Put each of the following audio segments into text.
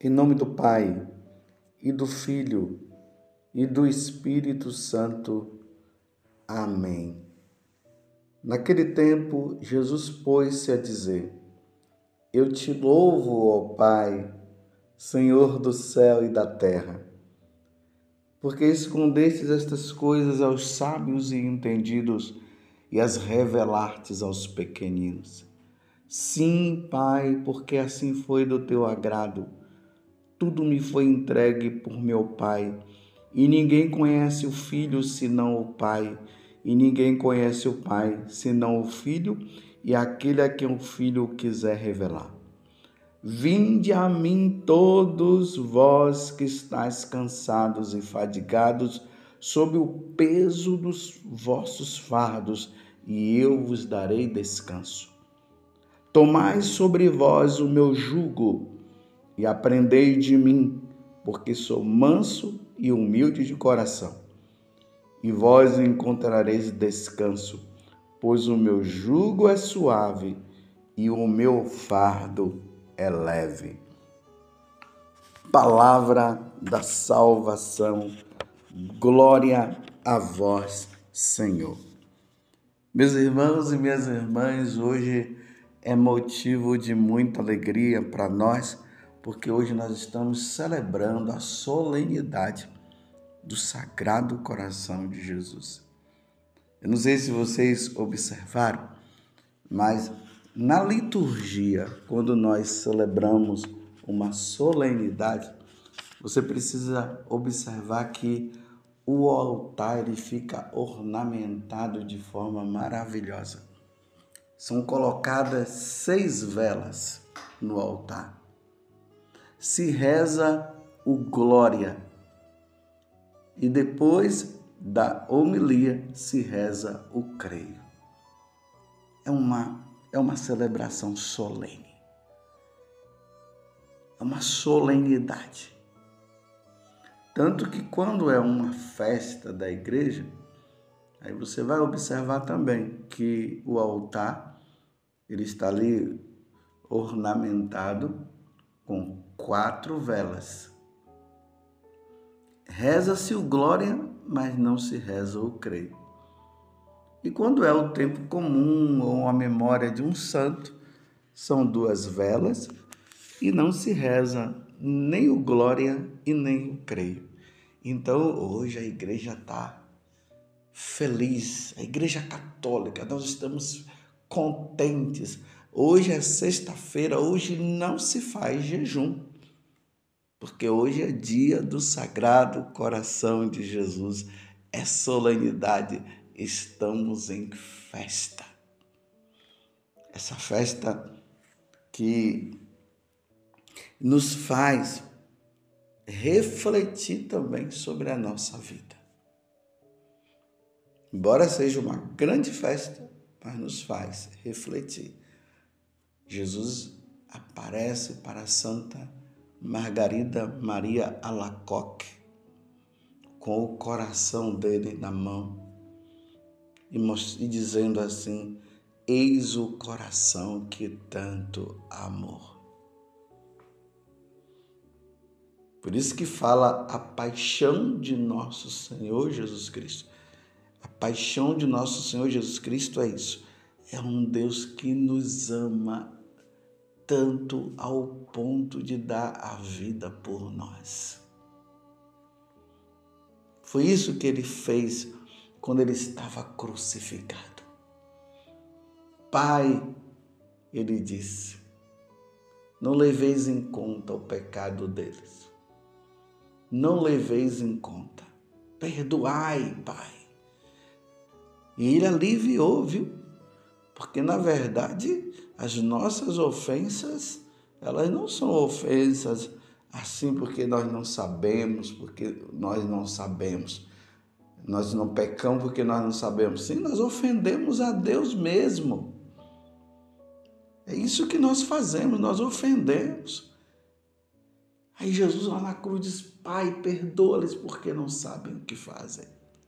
Em nome do Pai, e do Filho, e do Espírito Santo. Amém. Naquele tempo, Jesus pôs-se a dizer: Eu te louvo, ó Pai, Senhor do céu e da terra, porque escondestes estas coisas aos sábios e entendidos e as revelastes aos pequeninos. Sim, Pai, porque assim foi do teu agrado. Tudo me foi entregue por meu Pai, e ninguém conhece o Filho senão o Pai, e ninguém conhece o Pai senão o Filho e aquele a quem o Filho quiser revelar. Vinde a mim todos vós que estáis cansados e fadigados, sob o peso dos vossos fardos, e eu vos darei descanso. Tomai sobre vós o meu jugo e aprendei de mim, porque sou manso e humilde de coração. E vós encontrareis descanso, pois o meu jugo é suave e o meu fardo é leve. Palavra da salvação, glória a vós, Senhor. Meus irmãos e minhas irmãs, hoje é motivo de muita alegria para nós, porque hoje nós estamos celebrando a solenidade do Sagrado Coração de Jesus. Eu não sei se vocês observaram, mas na liturgia, quando nós celebramos uma solenidade, você precisa observar que o altar ele fica ornamentado de forma maravilhosa. São colocadas 6 velas no altar. Se reza o Glória e depois da homilia se reza o Creio. É uma celebração solene, é uma solenidade. Tanto que quando é uma festa da igreja, aí você vai observar também que o altar ele está ali ornamentado com 4 velas. Reza-se o Glória, mas não se reza o Creio. E quando é o tempo comum ou a memória de um santo, são 2 velas e não se reza nem o Glória e nem o Creio. Então, hoje a igreja está feliz, a igreja católica, nós estamos contentes. Hoje é sexta-feira, hoje não se faz jejum, porque hoje é dia do Sagrado Coração de Jesus, é solenidade, estamos em festa. Essa festa que nos faz refletir também sobre a nossa vida. Embora seja uma grande festa, mas nos faz refletir. Jesus aparece para a Santa Margarida Maria Alacoque, com o coração dele na mão, e dizendo assim: eis o coração que tanto amou. Por isso que fala a paixão de nosso Senhor Jesus Cristo. A paixão de nosso Senhor Jesus Cristo é isso. É um Deus que nos ama tanto ao ponto de dar a vida por nós. Foi isso que ele fez quando ele estava crucificado. Pai, ele disse, não leveis em conta o pecado deles. Não leveis em conta. Perdoai, Pai. E ele aliviou, viu? Porque, na verdade, as nossas ofensas, elas não são ofensas assim porque nós não sabemos, Nós não pecamos porque nós não sabemos. Sim, nós ofendemos a Deus mesmo. É isso que nós fazemos, nós ofendemos. Aí Jesus lá na cruz diz, Pai, perdoa-lhes porque não sabem o que fazem.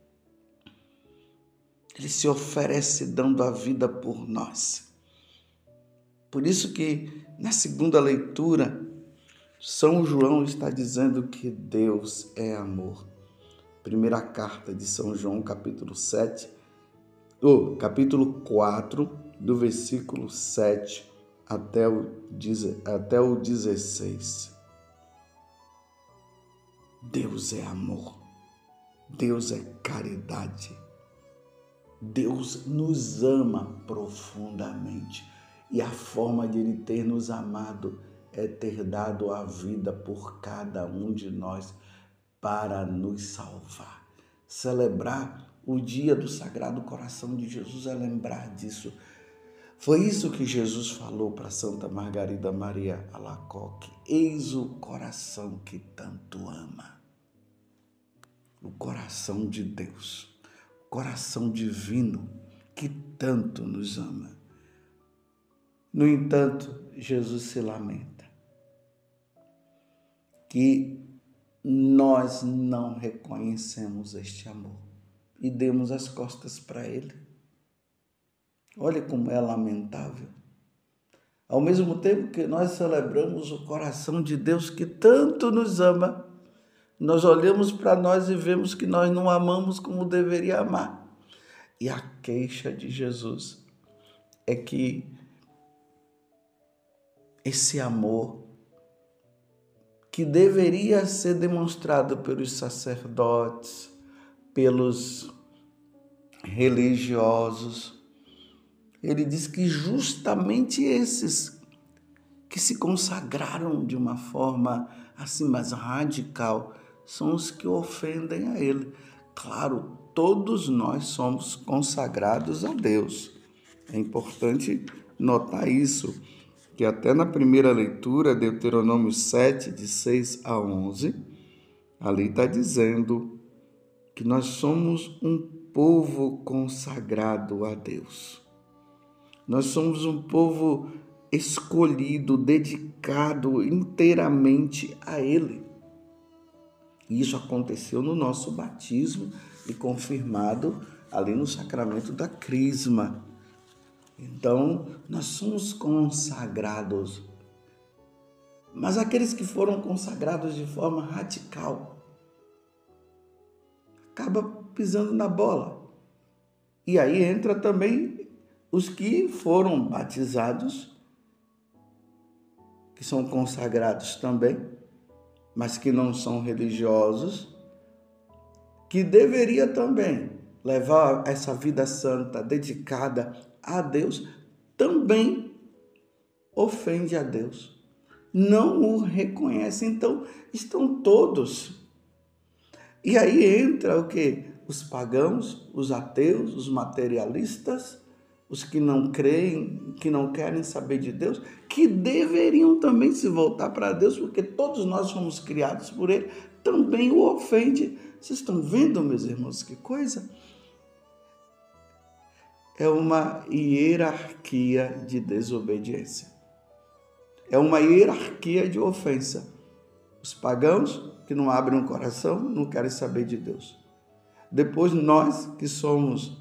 Ele se oferece dando a vida por nós. Por isso que na segunda leitura, São João está dizendo que Deus é amor. Primeira carta de São João, capítulo 4, do versículo 7 até o 16. Deus é amor. Deus é caridade. Deus nos ama profundamente. E a forma de Ele ter nos amado é ter dado a vida por cada um de nós para nos salvar. Celebrar o dia do Sagrado Coração de Jesus é lembrar disso. Foi isso que Jesus falou para Santa Margarida Maria Alacoque. Eis o coração que tanto ama. O coração de Deus, o coração divino que tanto nos ama. No entanto, Jesus se lamenta que nós não reconhecemos este amor e demos as costas para Ele. Olha como é lamentável. Ao mesmo tempo que nós celebramos o coração de Deus que tanto nos ama, nós olhamos para nós e vemos que nós não amamos como deveria amar. E a queixa de Jesus é que esse amor que deveria ser demonstrado pelos sacerdotes, pelos religiosos, ele diz que justamente esses que se consagraram de uma forma assim mais radical são os que ofendem a ele. Claro, todos nós somos consagrados a Deus. É importante notar isso, que até na primeira leitura, Deuteronômio 7, de 6 a 11, ali está dizendo que nós somos um povo consagrado a Deus. Nós somos um povo escolhido, dedicado inteiramente a Ele. E isso aconteceu no nosso batismo e confirmado ali no sacramento da crisma. Então, nós somos consagrados. Mas aqueles que foram consagrados de forma radical acabam pisando na bola. E aí entra também os que foram batizados, que são consagrados também, mas que não são religiosos, que deveria também levar essa vida santa dedicada a Deus, também ofende a Deus. Não o reconhece. Então, estão todos. E aí entra o quê? Os pagãos, os ateus, os materialistas, os que não creem, que não querem saber de Deus, que deveriam também se voltar para Deus, porque todos nós fomos criados por Ele, também o ofende. Vocês estão vendo, meus irmãos, que coisa? É uma hierarquia de desobediência. É uma hierarquia de ofensa. Os pagãos que não abrem o coração não querem saber de Deus. Depois nós que somos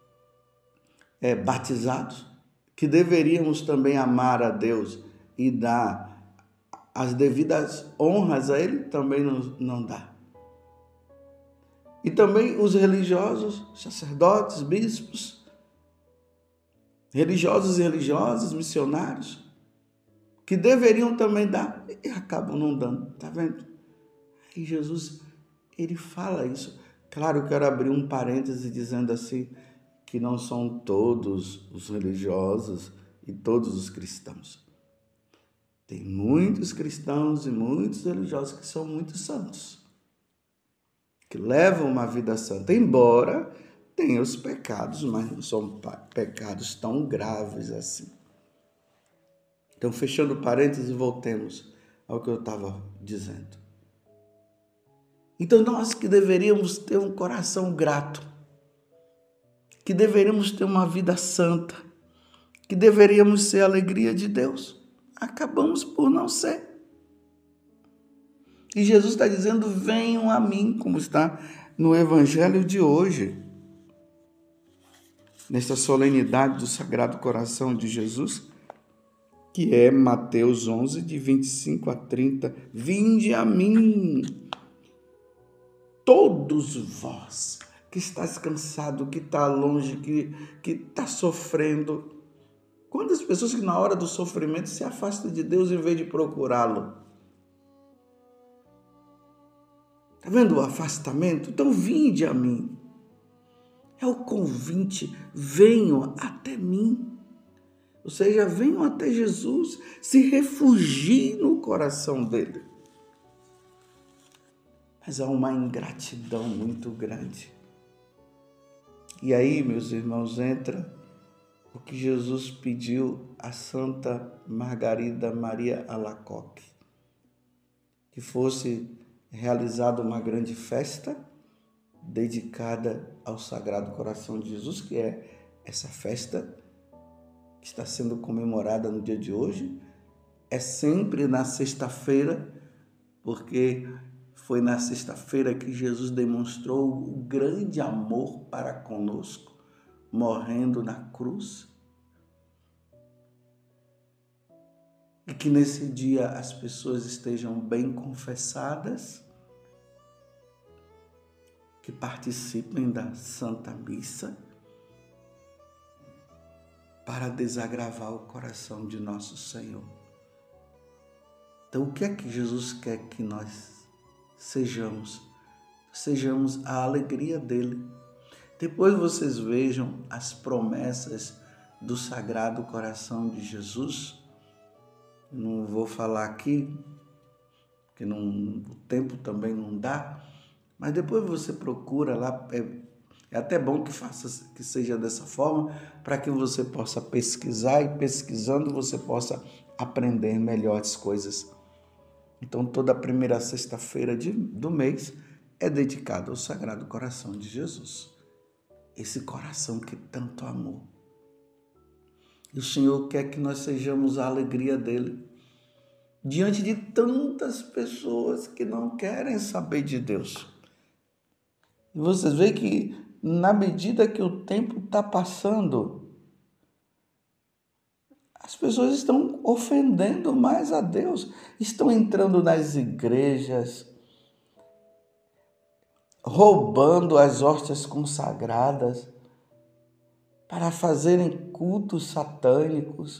batizados, que deveríamos também amar a Deus e dar as devidas honras a Ele, também não dá. E também os religiosos, sacerdotes, bispos, religiosos e religiosas, missionários, que deveriam também dar e acabam não dando, tá vendo? E Jesus, ele fala isso. Claro, eu quero abrir um parêntese dizendo assim, que não são todos os religiosos e todos os cristãos. Tem muitos cristãos e muitos religiosos que são muito santos, que levam uma vida santa, embora tenham os pecados, mas não são pecados tão graves assim. Então, fechando parênteses, voltemos ao que eu estava dizendo. Então, nós que deveríamos ter um coração grato, que deveríamos ter uma vida santa, que deveríamos ser a alegria de Deus, acabamos por não ser. E Jesus está dizendo, venham a mim, como está no Evangelho de hoje, nesta solenidade do Sagrado Coração de Jesus, que é Mateus 11, de 25 a 30. Vinde a mim, todos vós que estáis cansado, que está longe, que está sofrendo. Quantas pessoas que na hora do sofrimento se afastam de Deus em vez de procurá-lo? Está vendo o afastamento? Então vinde a mim. É o convite, venham até mim. Ou seja, venham até Jesus, se refugiem no coração dele. Mas há uma ingratidão muito grande. E aí, meus irmãos, entra o que Jesus pediu a Santa Margarida Maria Alacoque, que fosse realizada uma grande festa dedicada ao Sagrado Coração de Jesus, que é essa festa que está sendo comemorada no dia de hoje. É sempre na sexta-feira, porque foi na sexta-feira que Jesus demonstrou o grande amor para conosco, morrendo na cruz. E que nesse dia as pessoas estejam bem confessadas, que participem da Santa Missa, para desagravar o coração de nosso Senhor. Então, o que é que Jesus quer que nós sejamos? Sejamos a alegria dele. Depois vocês vejam as promessas do Sagrado Coração de Jesus. Não vou falar aqui, porque o tempo também não dá, mas depois você procura lá. É até bom que seja dessa forma, para que você possa pesquisar e pesquisando você possa aprender melhores coisas. Então, toda a primeira sexta-feira do mês é dedicada ao Sagrado Coração de Jesus. Esse coração que tanto amou. E o Senhor quer que nós sejamos a alegria dele, diante de tantas pessoas que não querem saber de Deus. E vocês veem que, na medida que o tempo está passando, as pessoas estão ofendendo mais a Deus, estão entrando nas igrejas, roubando as hóstias consagradas para fazerem cultos satânicos.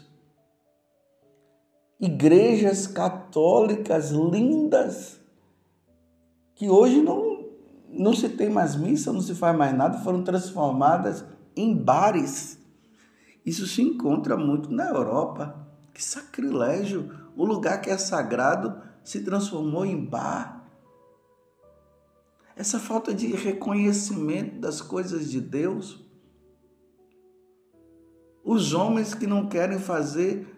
Igrejas católicas lindas, que hoje não se tem mais missa, não se faz mais nada, foram transformadas em bares. Isso se encontra muito na Europa. Que sacrilégio! O lugar que é sagrado se transformou em bar. Essa falta de reconhecimento das coisas de Deus. Os homens que não querem fazer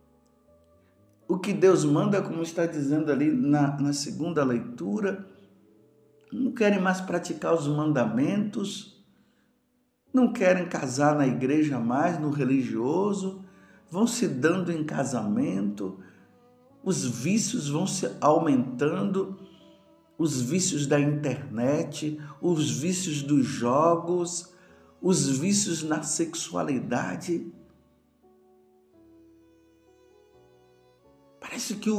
o que Deus manda, como está dizendo ali na segunda leitura, não querem mais praticar os mandamentos, não querem casar na igreja mais, no religioso, vão se dando em casamento, os vícios vão se aumentando, os vícios da internet, os vícios dos jogos, os vícios na sexualidade. Parece que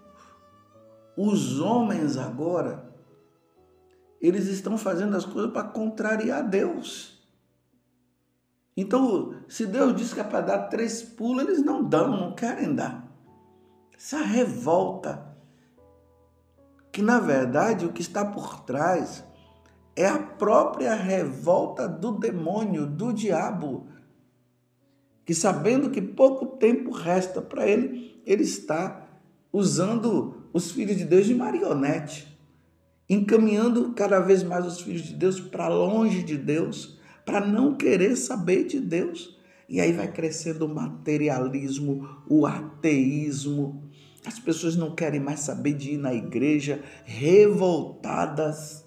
os homens agora, eles estão fazendo as coisas para contrariar Deus. Então, se Deus diz que é para dar 3 pulos, eles não dão, não querem dar. Essa revolta, que na verdade o que está por trás é a própria revolta do demônio, do diabo, que sabendo que pouco tempo resta para ele, ele está usando os filhos de Deus de marionete, encaminhando cada vez mais os filhos de Deus para longe de Deus, para não querer saber de Deus. E aí vai crescendo o materialismo, o ateísmo. As pessoas não querem mais saber de ir na igreja, revoltadas.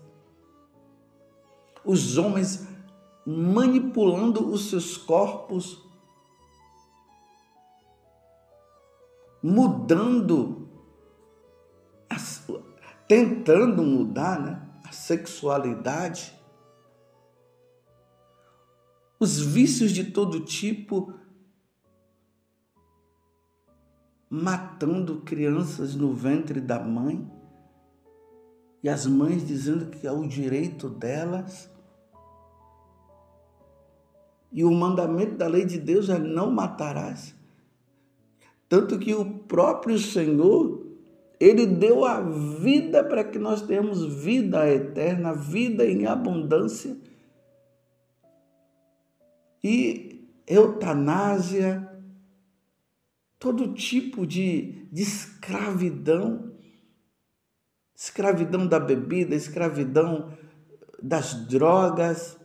Os homens manipulando os seus corpos, mudando, tentando mudar, a sexualidade. Os vícios de todo tipo, matando crianças no ventre da mãe, e as mães dizendo que é o direito delas. E o mandamento da lei de Deus é não matarás. Tanto que o próprio Senhor, Ele deu a vida para que nós tenhamos vida eterna, vida em abundância. E eutanásia, todo tipo de escravidão, escravidão da bebida, escravidão das drogas,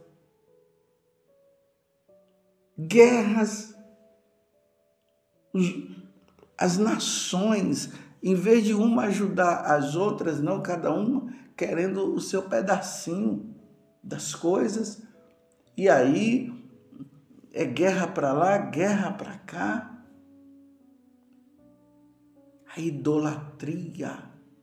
guerras, as nações, em vez de uma ajudar as outras, não, cada uma querendo o seu pedacinho das coisas, e aí é guerra para lá, guerra para cá, a idolatria,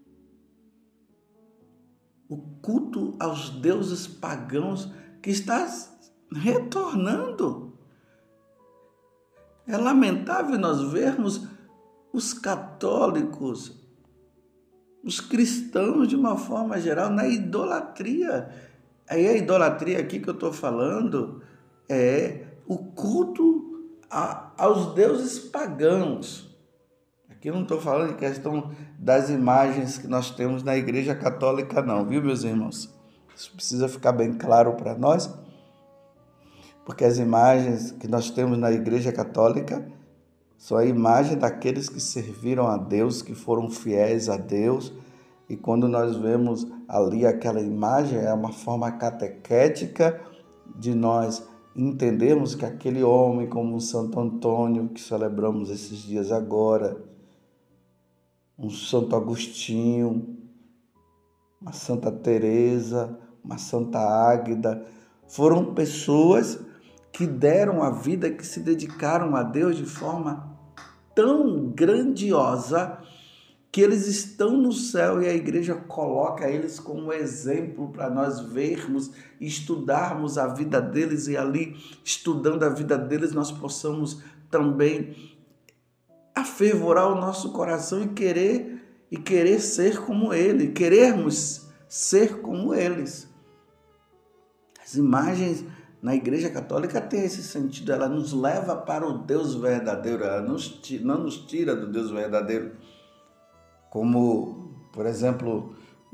o culto aos deuses pagãos que está retornando. É lamentável nós vermos os católicos, os cristãos de uma forma geral, na idolatria. Aí a idolatria aqui que eu estou falando é o culto aos deuses pagãos. Aqui eu não estou falando em questão das imagens que nós temos na Igreja Católica não, viu, meus irmãos? Isso precisa ficar bem claro para nós, porque as imagens que nós temos na Igreja Católica são a imagem daqueles que serviram a Deus, que foram fiéis a Deus. E quando nós vemos ali aquela imagem, é uma forma catequética de nós entendermos que aquele homem, como o Santo Antônio, que celebramos esses dias agora, um Santo Agostinho, uma Santa Teresa, uma Santa Águeda, foram pessoas que deram a vida, que se dedicaram a Deus de forma tão grandiosa que eles estão no céu e a igreja coloca eles como exemplo para nós vermos, estudarmos a vida deles e ali, estudando a vida deles, nós possamos também afervorar o nosso coração e querer ser como ele, querermos ser como eles. As imagens na Igreja Católica tem esse sentido, ela nos leva para o Deus verdadeiro, ela não nos tira do Deus verdadeiro. Como, por exemplo,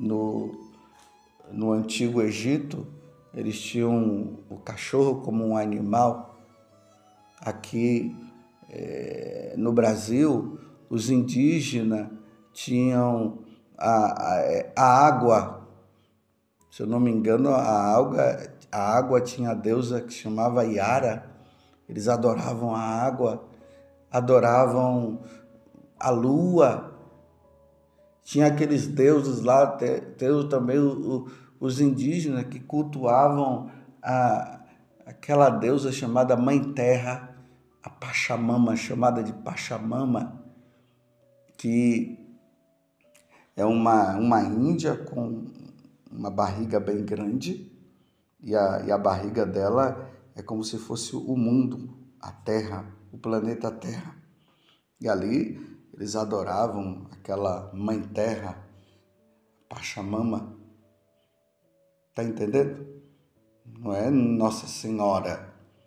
no Antigo Egito, eles tinham o cachorro como um animal. Aqui no Brasil, os indígenas tinham a água. Se eu não me engano, a água tinha a deusa que se chamava Iara. Eles adoravam a água, adoravam a lua. Tinha aqueles deuses lá, tem também os indígenas que cultuavam aquela deusa chamada Mãe Terra, a Pachamama, chamada de Pachamama, que é uma índia com uma barriga bem grande, e a barriga dela é como se fosse o mundo, a Terra, o planeta Terra. E ali eles adoravam aquela Mãe Terra, Pachamama. Tá entendendo? Não é Nossa Senhora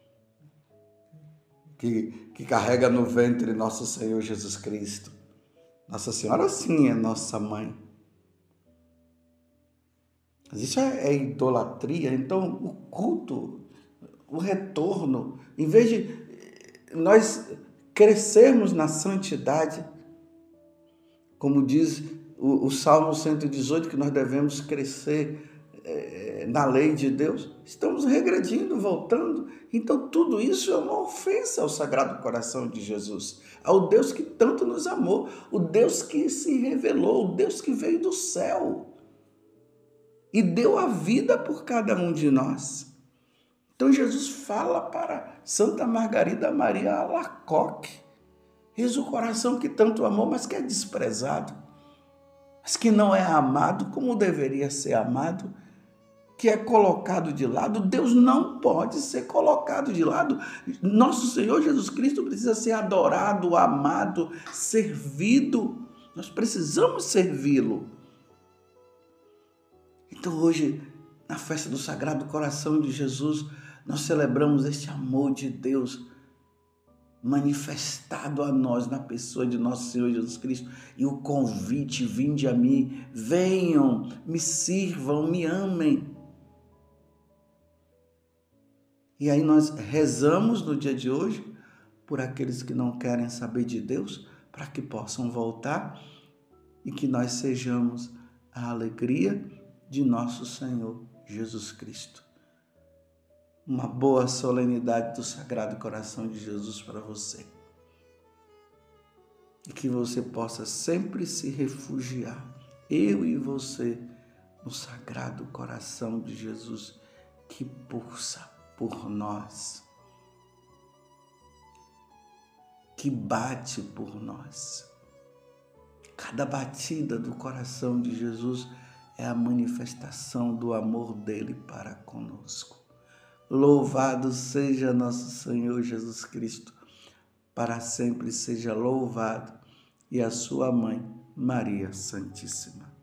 que carrega no ventre nosso Senhor Jesus Cristo. Nossa Senhora sim é nossa mãe. Mas isso é idolatria. Então o culto, o retorno, em vez de nós crescermos na santidade, como diz o Salmo 118, que nós devemos crescer na lei de Deus, estamos regredindo, voltando. Então tudo isso é uma ofensa ao Sagrado Coração de Jesus, ao Deus que tanto nos amou, o Deus que se revelou, o Deus que veio do céu e deu a vida por cada um de nós. Então Jesus fala para Santa Margarida Maria Alacoque: eis o coração que tanto amou, mas que é desprezado, mas que não é amado como deveria ser amado, que é colocado de lado, Deus não pode ser colocado de lado. Nosso Senhor Jesus Cristo precisa ser adorado, amado, servido. Nós precisamos servi-lo. Então hoje, na festa do Sagrado Coração de Jesus, nós celebramos este amor de Deus manifestado a nós na pessoa de nosso Senhor Jesus Cristo, e o convite: vinde a mim, venham, me sirvam, me amem. E aí nós rezamos no dia de hoje por aqueles que não querem saber de Deus, para que possam voltar e que nós sejamos a alegria de nosso Senhor Jesus Cristo. Uma boa solenidade do Sagrado Coração de Jesus para você. E que você possa sempre se refugiar, eu e você, no Sagrado Coração de Jesus, que pulsa por nós, que bate por nós. Cada batida do coração de Jesus é a manifestação do amor dele para conosco. Louvado seja nosso Senhor Jesus Cristo, para sempre seja louvado, e a sua mãe, Maria Santíssima.